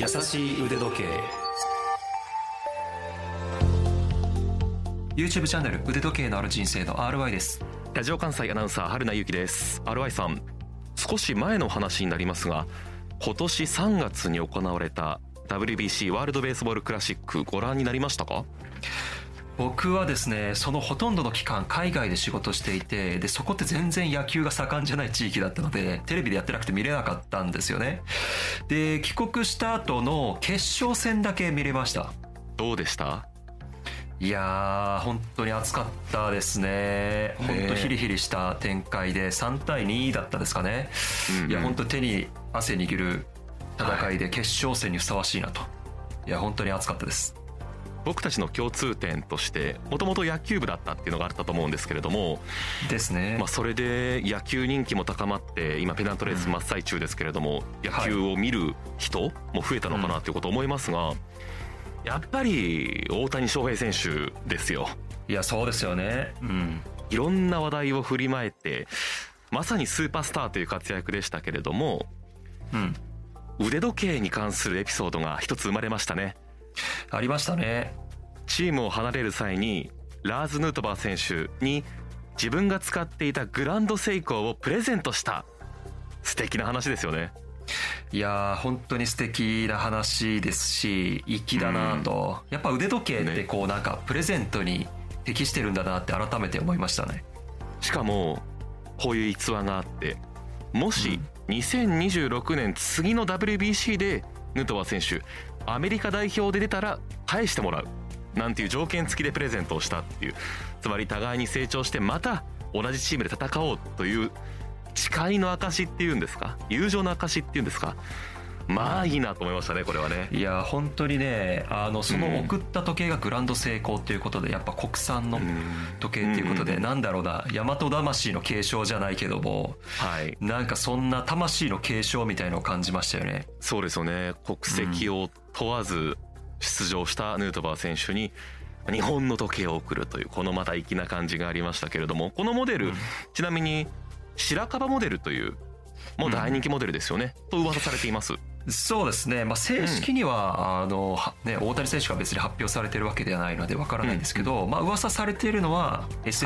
優しい腕時計 YouTube チャンネル腕時計のある人生の RY です。 ラジオ関西アナウンサー春名由紀です。 RY さん、少し前の話になりますが、今年3月に行われた WBC ワールドベースボールクラシックご覧になりましたか？ 僕はですね、そのほとんどの期間海外で仕事していて、でそこって全然野球が盛んじゃない地域だったので、テレビでやってなくて見れなかったんですよね。で帰国した後の決勝戦だけ見れました。 どうでした？ いやー、本当に熱かったですね。本当ヒリヒリした展開で3対2だったですかね。いや本当手に汗握る戦いで決勝戦にふさわしいなと。いや本当に熱かったです。 僕たちの共通点としてもともと野球部だったっていうのがあったと思うんですけれどもですね。 それで野球人気も高まって、今ペナントレース真っ最中ですけれども、野球を見る人も増えたのかなということを思いますが、やっぱり大谷翔平選手ですよ。 いやそうですよね。 いろんな話題を振りまいて、まさにスーパースターという活躍でしたけれども、腕時計に関するエピソードが一つ生まれましたね。 ありましたね。 チームを離れる際にラーズ・ヌートバー選手に自分が使っていたグランドセイコーをプレゼントした。素敵な話ですよね。 いや本当に素敵な話ですし、粋だなと、やっぱ腕時計ってこうなんかプレゼントに適してるんだなって改めて思いましたね。 しかもこういう逸話があって、もし2026年次の WBC でヌートバー選手アメリカ代表で出たら返してもらうなんていう条件付きでプレゼントをしたっていう、つまり互いに成長してまた同じチームで戦おうという誓いの証っていうんですか、友情の証っていうんですか。まあいいなと思いましたね、これはね。 いや本当にね、その送った時計がグランドセイコーっていうことで、やっぱ国産の時計っていうことで、なんだろうな、大和魂の継承じゃないけども、なんかそんな魂の継承みたいのを感じましたよね。 そうですよね。国籍を問わず出場したヌートバー選手に日本の時計を贈るという、このまた粋な感じがありましたけれども、このモデル、ちなみに白樺モデルというもう大人気モデルですよね、と噂されています。 そうですね、正式には、大谷選手が別に発表されてるわけではないのでわからないんですけど、噂されているのは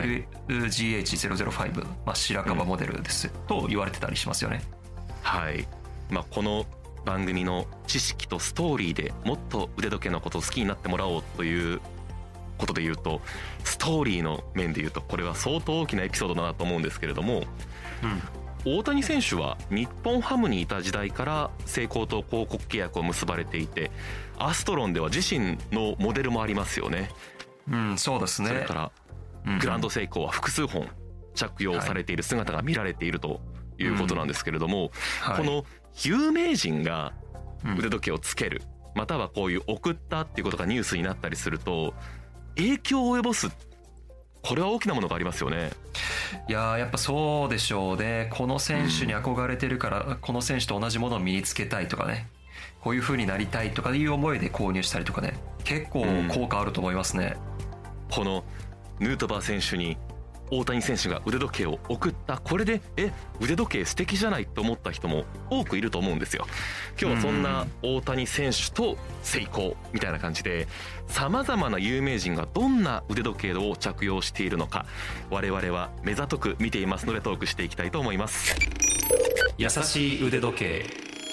SLGH005、白樺モデルです、と言われてたりしますよね。 はい、この番組の知識とストーリーでもっと腕時計のことを好きになってもらおうということで言うと、ストーリーの面で言うとこれは相当大きなエピソードだなと思うんですけれども、大谷選手は日本ハムにいた時代からセイコーと広告契約を結ばれていて、アストロンでは自身のモデルもありますよね。 そうですね。 それからグランドセイコーは複数本着用されている姿が見られているということなんですけれども、この有名人が腕時計をつける、またはこういう送ったっていうことがニュースになったりすると影響を及ぼす、これは大きなものがありますよね。 いややっぱそうでしょうね。この選手に憧れてるから、この選手と同じものを身につけたいとかね、こういう風になりたいとかいう思いで購入したりとかね、結構効果あると思いますね。 このヌートバー選手に大谷選手が腕時計を送った、これで腕時計素敵じゃないと思った人も多くいると思うんですよ。今日はそんな大谷選手とセイコーみたいな感じで、さまざまな有名人がどんな腕時計を着用しているのか、我々は目ざとく見ていますのでトークしていきたいと思います。 優しい腕時計。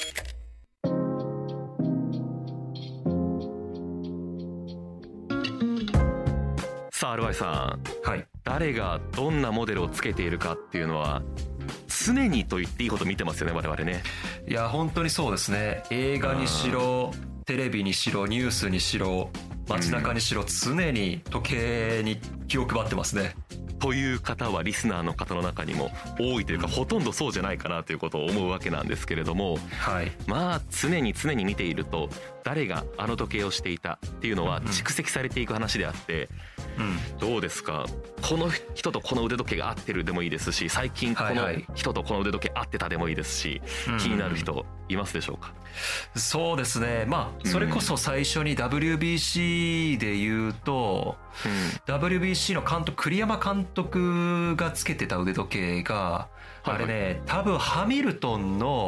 さあ RY さん、誰がどんなモデルをつけているかっていうのは常にと言っていいほど見てますよね、我々ね。 いや本当にそうですね。映画にしろテレビにしろニュースにしろ街中にしろ、常に時計に気を配ってますね。 という方はリスナーの方の中にも多いというか、ほとんどそうじゃないかなということを思うわけなんですけれども、常に見ていると誰があの時計をしていたっていうのは蓄積されていく話であって、どうですか、この人とこの腕時計が合ってるでもいいですし、最近この人とこの腕時計合ってたでもいいですし、気になる人いますでしょうか？ そうですね、それこそ最初に WBC で言うと、WBC の監督、栗山監督がつけてた腕時計が、あれね、多分ハミルトンの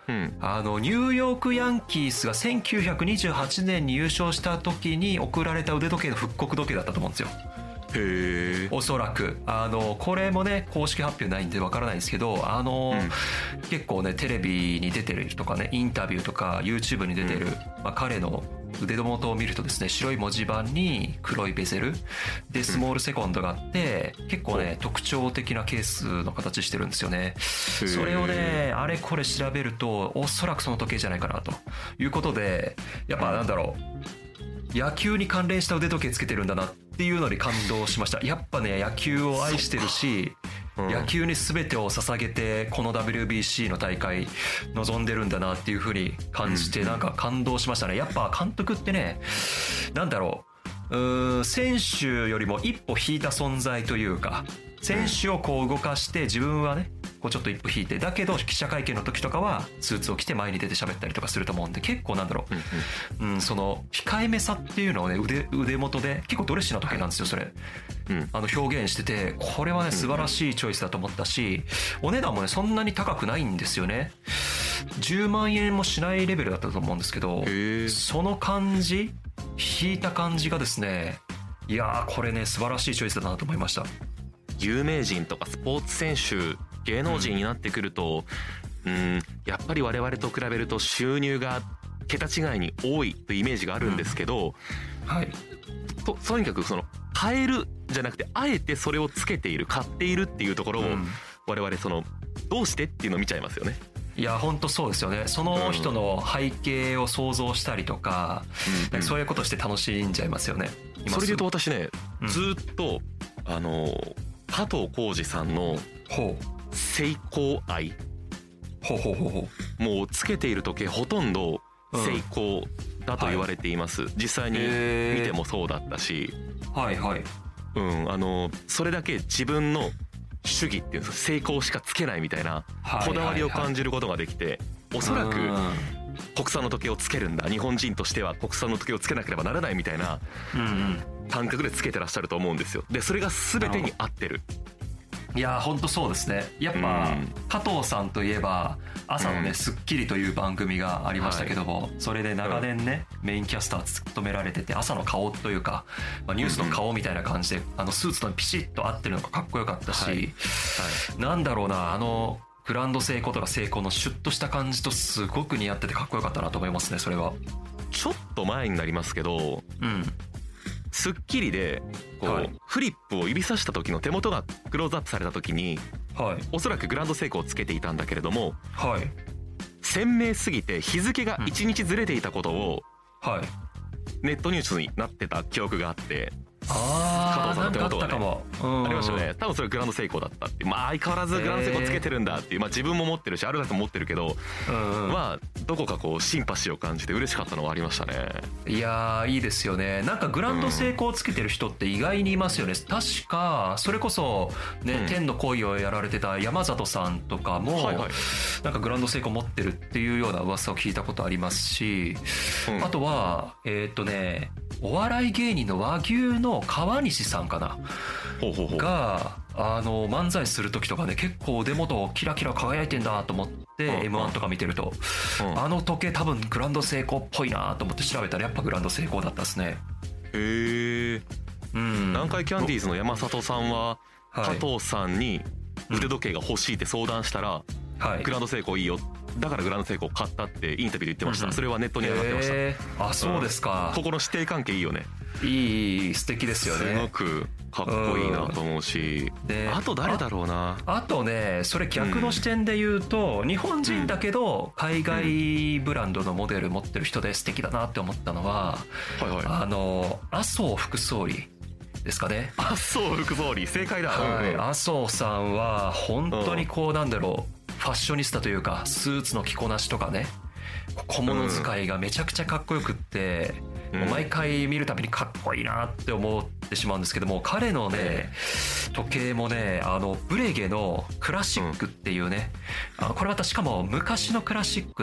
うん、 ニューヨークヤンキースが1928年に優勝した時に贈られた腕時計の復刻時計だったと思うんですよ。 へー。 おそらくこれもね公式発表ないんでわからないんですけど結構ねテレビに出てるとかねインタビューとか YouTube に出てる、彼の腕元を見るとですね白い文字盤に黒いベゼルでスモールセコンドがあって結構ね特徴的なケースの形してるんですよね。それをねあれこれ調べるとおそらくその時計じゃないかなということでやっぱなんだろう野球に関連した腕時計つけてるんだなっていうのに感動しました。やっぱね野球を愛してるし野球に全てを捧げてこの WBC の大会望んでるんだなっていう風に感じてなんか感動しましたね。やっぱ監督ってねなんだろう選手よりも一歩引いた存在というか選手をこう動かして自分はねこうちょっと一歩引いてだけど記者会見の時とかはスーツを着て前に出て喋ったりとかすると思うんで結構なんだろう、その控えめさっていうのをね腕元で結構ドレッシーな時計なんですよそれ、表現しててこれはね素晴らしいチョイスだと思ったしお値段もねそんなに高くないんですよね。10万円もしないレベルだったと思うんですけどその感じ引いた感じがですねいやーこれね素晴らしいチョイスだなと思いました。 有名人とかスポーツ選手芸能人になってくると、やっぱり我々と比べると収入が桁違いに多いというイメージがあるんですけど、とにかくその買えるじゃなくてあえてそれをつけている買っているっていうところを我々そのどうしてっていうのを見ちゃいますよね。 いや本当そうですよね。その人の背景を想像したりとか、そういうことして楽しんじゃいますよね。 それで言うと私ね、ずっと加藤浩次さんのセイコー愛もうつけている時計ほとんどセイコーだと言われています、実際に見てもそうだったし、それだけ自分の主義っていう成功しかつけないみたいなこだわりを感じることができて、おそらく国産の時計をつけるんだ日本人としては国産の時計をつけなければならないみたいな感覚でつけてらっしゃると思うんですよ。でそれが全てに合ってる。 いや本当そうですね。やっぱ加藤さんといえば朝のね『スッキリ』という番組がありましたけども、それで長年ねメインキャスター務められてて朝の顔というかニュースの顔みたいな感じでスーツとピシッと合ってるのがかっこよかったし、なんだろうなグランドセイコーとかセイコーのシュッとした感じとすごく似合っててかっこよかったなと思いますね。それはちょっと前になりますけど、スッキリでこう、フリップを指さした時の手元がクローズアップされた時に、おそらくグランドセイコーをつけていたんだけれども、鮮明すぎて日付が1日ずれていたことを、ネットニュースになってた記憶があって、加藤さんの手元がねありましたよね。多分それグランドセイコーだったっていう、相変わらずグランドセイコーつけてるんだっていう、自分も持ってるしあるだと持ってるけど、どこかこうシンパシーを感じて嬉しかったのはありましたね。 いやいいですよね。なんかグランドセイコーつけてる人って意外にいますよね。確かそれこそね、天の恋をやられてた山里さんとかもなんかグランドセイコー持ってるっていうような噂を聞いたことありますし、あとはお笑い芸人の和牛の川西さんかなが漫才する時とかね結構腕元キラキラ輝いてんだと思って M1 とか見てると時計多分グランドセイコーっぽいなと思って調べたらやっぱグランドセイコーだったですね。 へえ。南海キャンディーズの山里さんは加藤さんに腕時計が欲しいって相談したらグランドセイコーいいよだからグランドセイコー買ったってインタビューで言ってました。それはネットに上がってました。 そうですか。 ここの師弟関係いいよね。 いい素敵ですよね。 すごくかっこいいなと思うし、あと誰だろうな。 あとねそれ逆の視点で言うと、日本人だけど海外ブランドのモデル持ってる人で素敵だなって思ったのは、麻生副総理ですかね。 麻生副総理正解だ。 麻生さんは本当にこうなんだろうファッショニスタというかスーツの着こなしとかね小物使いがめちゃくちゃかっこよくって、毎回見るたびにかっこいいなって思ってしまうんですけども、彼のね時計もねブレゲのクラシックっていうね、これまたしかも昔のクラシックで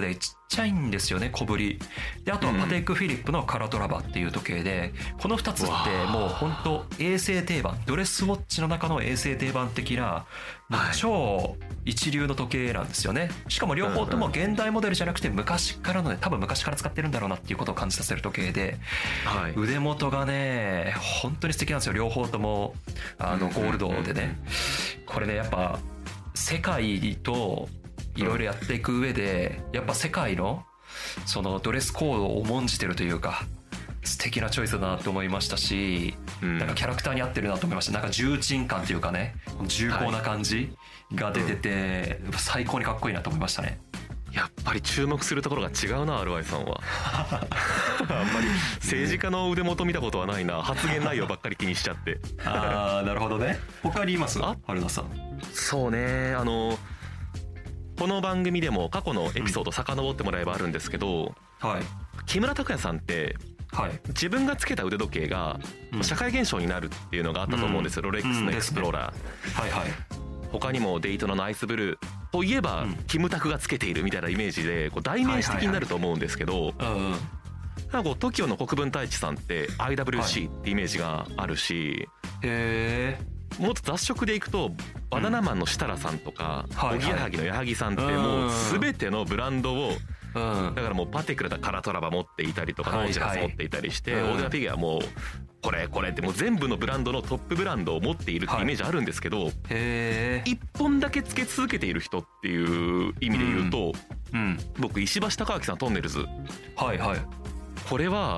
ちゃいんですよね、小ぶりで。あとはパテックフィリップのカラトラバっていう時計で、この2つってもう本当衛星定番、ドレスウォッチの中の衛星定番的なもう超一流の時計なんですよね。しかも両方とも現代モデルじゃなくて昔からのね、多分昔から使ってるんだろうなっていうことを感じさせる時計で、腕元がね本当に素敵なんですよ、両方ともゴールドでね。これねやっぱ世界といろいろやっていく上でやっぱ世界のそのドレスコードを重んじてるというか、素敵なチョイスだなと思いましたし、なんかキャラクターに合ってるなと思いました。なんか重鎮感というかね、重厚な感じが出てて最高にかっこいいなと思いましたね。 やっぱり注目するところが違うな RY さんはあんまり政治家の腕元見たことはないな、発言内容ばっかり気にしちゃってああなるほどね。他にいます？春菜さん。 そうね、この番組でも過去のエピソード遡ってもらえばあるんですけど、木村拓哉さんって自分がつけた腕時計が社会現象になるっていうのがあったと思うんですよ、ロレックスのエクスプローラー。他にもデイトナのアイスブルーといえばキムタクがつけているみたいなイメージで代名詞的になると思うんですけど、なんかTOKIOの国分太一さんって IWC ってイメージがあるし、もっと雑食でいくとバナナマンの設楽さんとかおぎやはぎの矢作さんってもう全てのブランドを、だからもうパテクラだカラトラバ持っていたりとかノージャラス持っていたりして、オーデナフィギュアもこれってもう全部のブランドのトップブランドを持っているってイメージあるんですけど、一本だけつけ続けている人っていう意味で言うと、僕石橋貴明さんトンネルズ、これは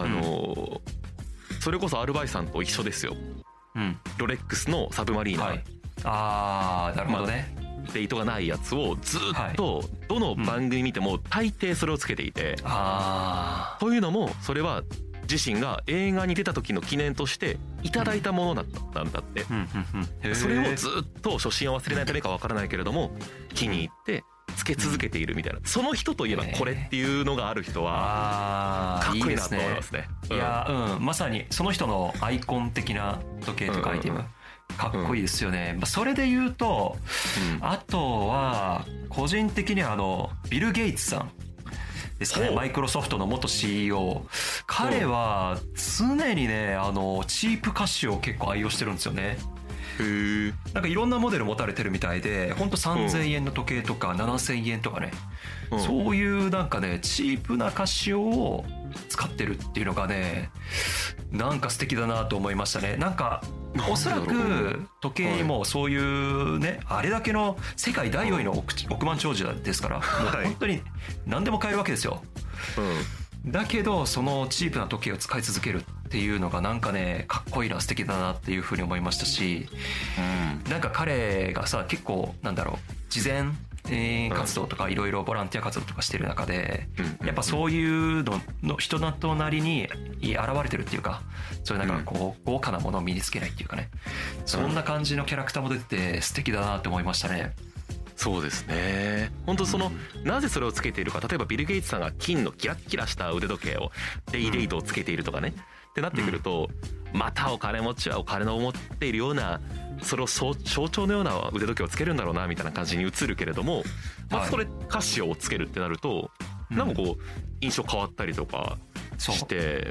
それこそRYさんと一緒ですよ。ロレックスのサブマリーナ、 なるほどね。 デイトがないやつをずっとどの番組見ても大抵それをつけていて、というのもそれは自身が映画に出た時の記念としていただいたものだったんだって。それをずっと初心を忘れないためかわからないけれども気に入ってつけ続けているみたいな、その人といえばこれっていうのがある人はかっこいいなと思いますね。 いや、まさにその人のアイコン的な時計とかアイテムかっこいいですよね。それで言うと、あとは個人的にはビル・ゲイツさんですかね、マイクロソフトの元 CEO。彼は常にねチープカシオを結構愛用してるんですよね。なんかいろんなモデル持たれてるみたいで、ほんと3000円の時計とか7000円とかね、そういうなんかねチープなカシオを使ってるっていうのがねなんか素敵だなと思いましたね。なんかおそらく時計にもそういうね、あれだけの世界第4位の億万長者ですから、もう本当に何でも買えるわけですよ。だけどそのチープな時計を使い続けるっていうのがなんかねかっこいいな、素敵だなっていうふうに思いましたし、なんか彼がさ結構なんだろう、慈善活動とかいろいろボランティア活動とかしてる中で、やっぱそういうのの人となりに現れてるっていうか、そういうなんかこう豪華なものを身につけないっていうかね、そんな感じのキャラクターも出てて素敵だなって思いましたね。 そうですね。本当なぜそれをつけているか、例えばビル・ゲイツさんが金のキラッキラした腕時計をデイレイトをつけているとかね、ってなってくると、またお金持ちはお金の持っているようなそれを象徴のような腕時計をつけるんだろうなみたいな感じに映るけれども、それカシオをつけるってなるとなんかこう印象変わったりとかして、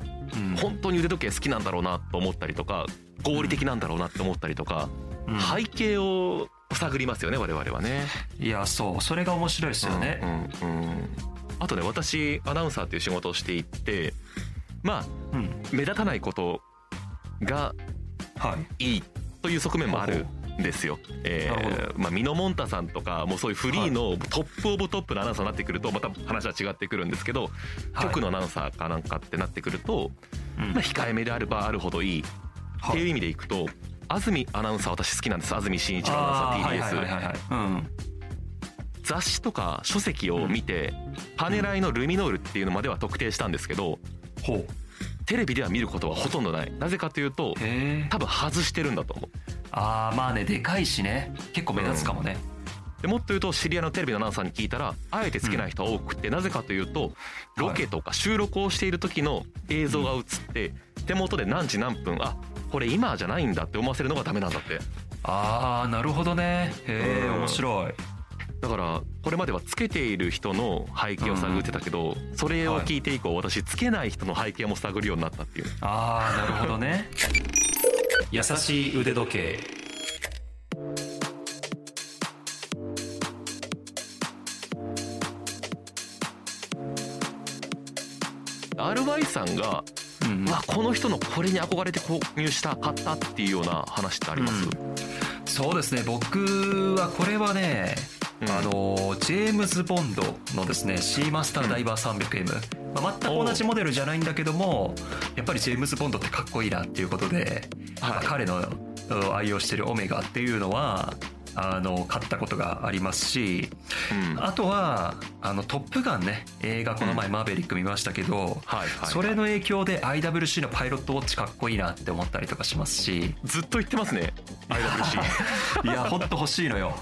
本当に腕時計好きなんだろうなと思ったりとか、合理的なんだろうなって思ったりとか、背景を探りますよね我々はね。 いやそれが面白いですよね。 あとね、私アナウンサーっていう仕事をしていて、目立たないことがいいという側面もあるんですよ。ミノモンタさんとかもうそういうフリーのトップオブトップのアナウンサーになってくるとまた話は違ってくるんですけど、局のアナウンサーかなんかってなってくると、控えめであればあるほどいいっていう意味でいくと、安住アナウンサー私好きなんです。安住紳一郎アナウンサー TBS。雑誌とか書籍を見てパネライのルミノールっていうのまでは特定したんですけど、テレビでは見ることはほとんどない。なぜかというと多分外してるんだと思う。 まあね、でかいしね、結構目立つかもね。 でもっと言うと知り合いのテレビのアナウンサーに聞いたらあえてつけない人は多くて、なぜかというとロケとか収録をしている時の映像が映って手元で何時何分これ今じゃないんだって思わせるのがダメなんだって。 なるほどね。面白い。 だからこれまではつけている人の背景を探ってたけど、それを聞いて以降私つけない人の背景も探るようになったっていう。 ああ、なるほどね。優しい腕時計。 RY さんが、この人のこれに憧れて購入した買ったっていうような話ってあります？ そうですね、僕はこれはね、ジェームズ・ボンドのですね C マスターダイバー 300M、全く同じモデルじゃないんだけども、やっぱりジェームズ・ボンドってかっこいいなっていうことで、彼の愛用してるオメガっていうのは買ったことがありますし、あとはトップガンね、映画この前マーベリック見ましたけど、それの影響で IWC のパイロットウォッチかっこいいなって思ったりとかしますし。 ずっと言ってますね IWC いやほんと欲しいのよ。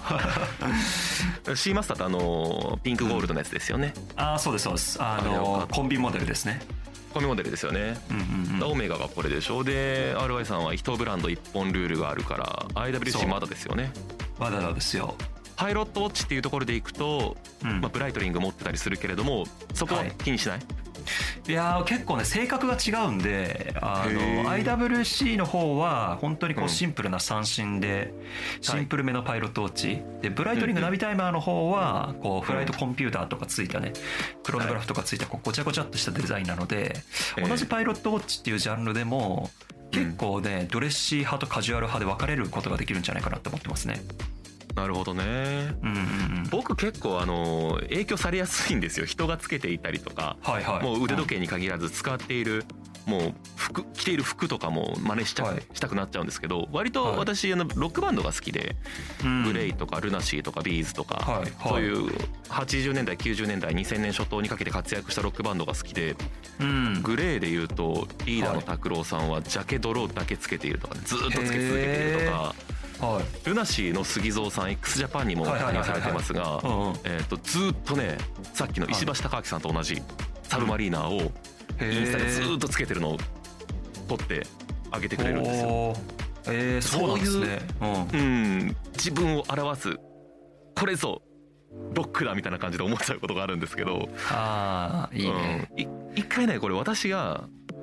C マスターってピンクゴールドのやつですよね。 そうですそうです。コンビモデルですね。 コンビモデルですよね。オメガがこれでしょ。で RY さんは1ブランド1本ルールがあるから IWC まだですよね。 まだなんですよ。 パイロットウォッチっていうところでいくと、ブライトリング持ってたりするけれども、そこは気にしない？ いや結構ね性格が違うんで、IWC の方は本当にこうシンプルな三振で、シンプルめのパイロットウォッチで、ブライトリングナビタイマーの方はこうフライトコンピューターとかついたね、クロノグラフとかついたこうごちゃごちゃっとしたデザインなので、同じパイロットウォッチっていうジャンルでも結構ねドレッシー派とカジュアル派で分かれることができるんじゃないかなと思ってますね。 なるほどね。僕結構影響されやすいんですよ。人がつけていたりとか、もう腕時計に限らず使っているもう着ている服とかも真似したくなっちゃうんですけど、割と私ロックバンドが好きで、グレイとかルナシーとかビーズとか、そういう80年代90年代2000年初頭にかけて活躍したロックバンドが好きで、グレイでいうとリーダーの拓郎さんはジャケドローだけつけているとか、ずっとつけ続けているとか、ルナシーの杉蔵さん x ジャパンにも加入されてますが、ずっとねさっきの石橋貴明さんと同じサブマリーナーをインスタでずっとつけてるのを撮ってあげてくれるんですよ。そういう自分を表す、これぞロックだみたいな感じで思っちゃうことがあるんですけど、 いいね。 一回ねこれ私が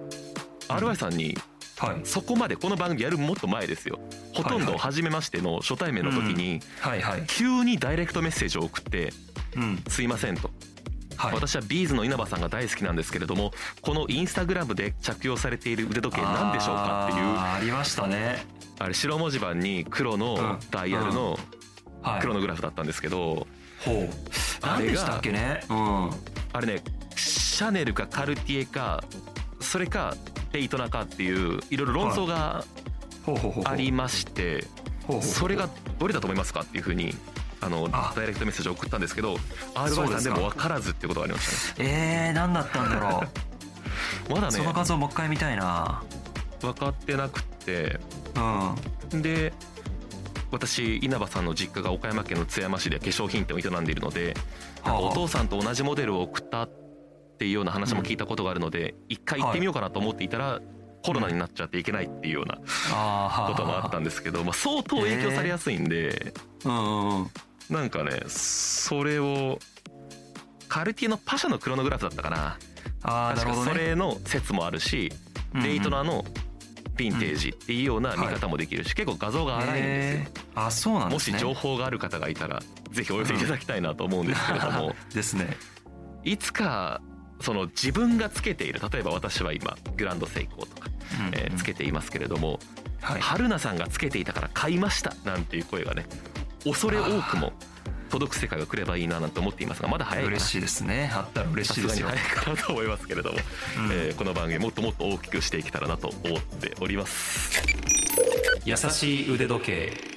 RY さんにそこまでこの番組やるもっと前ですよ、ほとんど初めましての初対面の時に急にダイレクトメッセージを送って「すいません」と。私はビーズの稲葉さんが大好きなんですけれども、このインスタグラムで着用されている腕時計何でしょうかっていう、 ありましたね。 あれ白文字盤に黒のダイヤルのクロノグラフだったんですけど、 何でしたっけね。 あれねシャネルかカルティエかそれかデイトナかっていういろいろ論争がありまして、それがどれだと思いますかっていうふうにダイレクトメッセージを送ったんですけど、 RY さんでも分からずってことがありましたね。 何だったんだろう。まだねその画像もう一回見たいな。 分かってなくって、で私稲葉さんの実家が岡山県の津山市で化粧品店を営んでいるので、お父さんと同じモデルを送ったっていうような話も聞いたことがあるので、一回行ってみようかなと思っていたら、コロナになっちゃっていけないっていうようなこともあったんですけど、相当影響されやすいんで、なんかねそれをカルティエのパシャのクロノグラフだったかな、確かそれの説もあるし、デイトナのヴィンテージっていうような見方もできるし、結構画像が荒いんですよ。 そうなんですね。 もし情報がある方がいたらぜひお寄せいただきたいなと思うんですけれどもですね。 いつかその自分がつけている、例えば私は今グランドセイコーとかつけていますけれども、春菜さんがつけていたから買いましたなんていう声がね恐れ多くも届く世界が来ればいいななんて思っていますが、まだ早いかな。 嬉しいですね。あったら嬉しいですよ。 さすがに早いかなと思いますけれども、この番組もっともっと大きくしていけたらなと思っております。 優しい腕時計。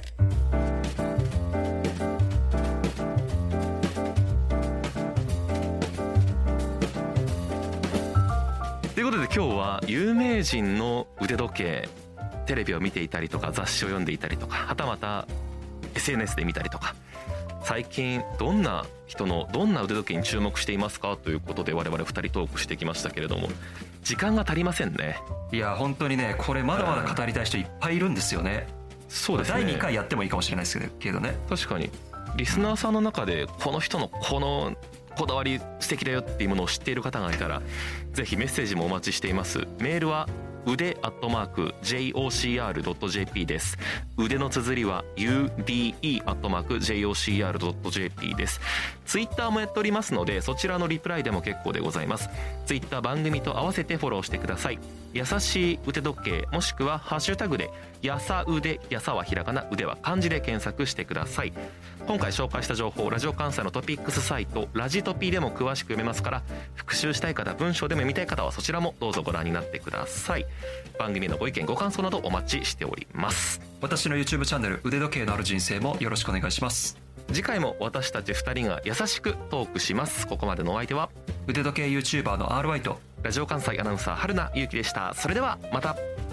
ということで今日は有名人の腕時計、テレビを見ていたりとか雑誌を読んでいたりとか、はたまた SNS で見たりとか、最近どんな人のどんな腕時計に注目していますかということで我々2人トークしてきましたけれども、時間が足りませんね。 いや本当にねこれまだまだ語りたい人いっぱいいるんですよね。 そうですね。 第2回やってもいいかもしれないですけどね。 確かにリスナーさんの中でこの人のこのこだわり素敵だよっていうものを知っている方がいたらぜひメッセージもお待ちしています。メールは腕@jocr.jp です。腕の綴りは ude@jocr.jp です。ツイッターもやっておりますのでそちらのリプライでも結構でございます。ツイッター番組と合わせてフォローしてください。優しい腕時計もしくはハッシュタグでやさ腕、やさはひらがな、腕は漢字で検索してください。今回紹介した情報ラジオ関西のトピックスサイトラジトピでも詳しく読めますから復習したい方文章でも見たい方はそちらもどうぞご覧になってください。番組のご意見ご感想などお待ちしております。 私の YouTube チャンネル腕時計のある人生もよろしくお願いします。 次回も私たち2人が優しくトークします。ここまでのお相手は腕時計 YouTuber の RY とラジオ関西アナウンサー春名ゆうきでした。それではまた。